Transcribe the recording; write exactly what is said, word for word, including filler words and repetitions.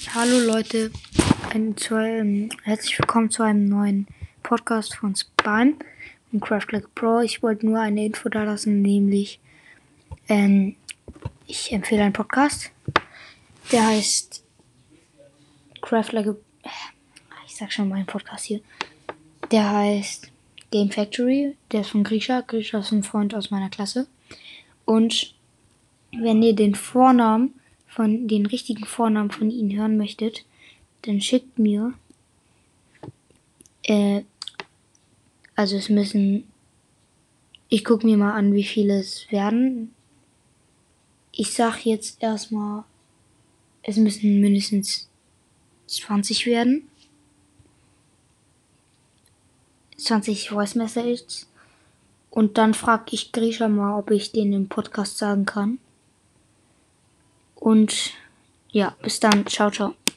Hallo Leute, ein, zu, ähm, herzlich willkommen zu einem neuen Podcast von Spime und Craft Like Pro. Ich wollte nur eine Info da lassen, nämlich ähm, ich empfehle einen Podcast, der heißt Craft Like a, ich sag schon mal einen Podcast hier, der heißt Game Factory, der ist von Grisha. Grisha ist ein Freund aus meiner Klasse und wenn ihr den Vornamen von den richtigen Vornamen von ihnen hören möchtet, dann schickt mir Äh, also es müssen, ich gucke mir mal an, wie viele es werden. Ich sag jetzt erstmal, es müssen mindestens zwanzig werden. zwanzig Voice Messages. Und dann frage ich Grisha mal, ob ich den im Podcast sagen kann. Und ja, bis dann. Ciao, ciao.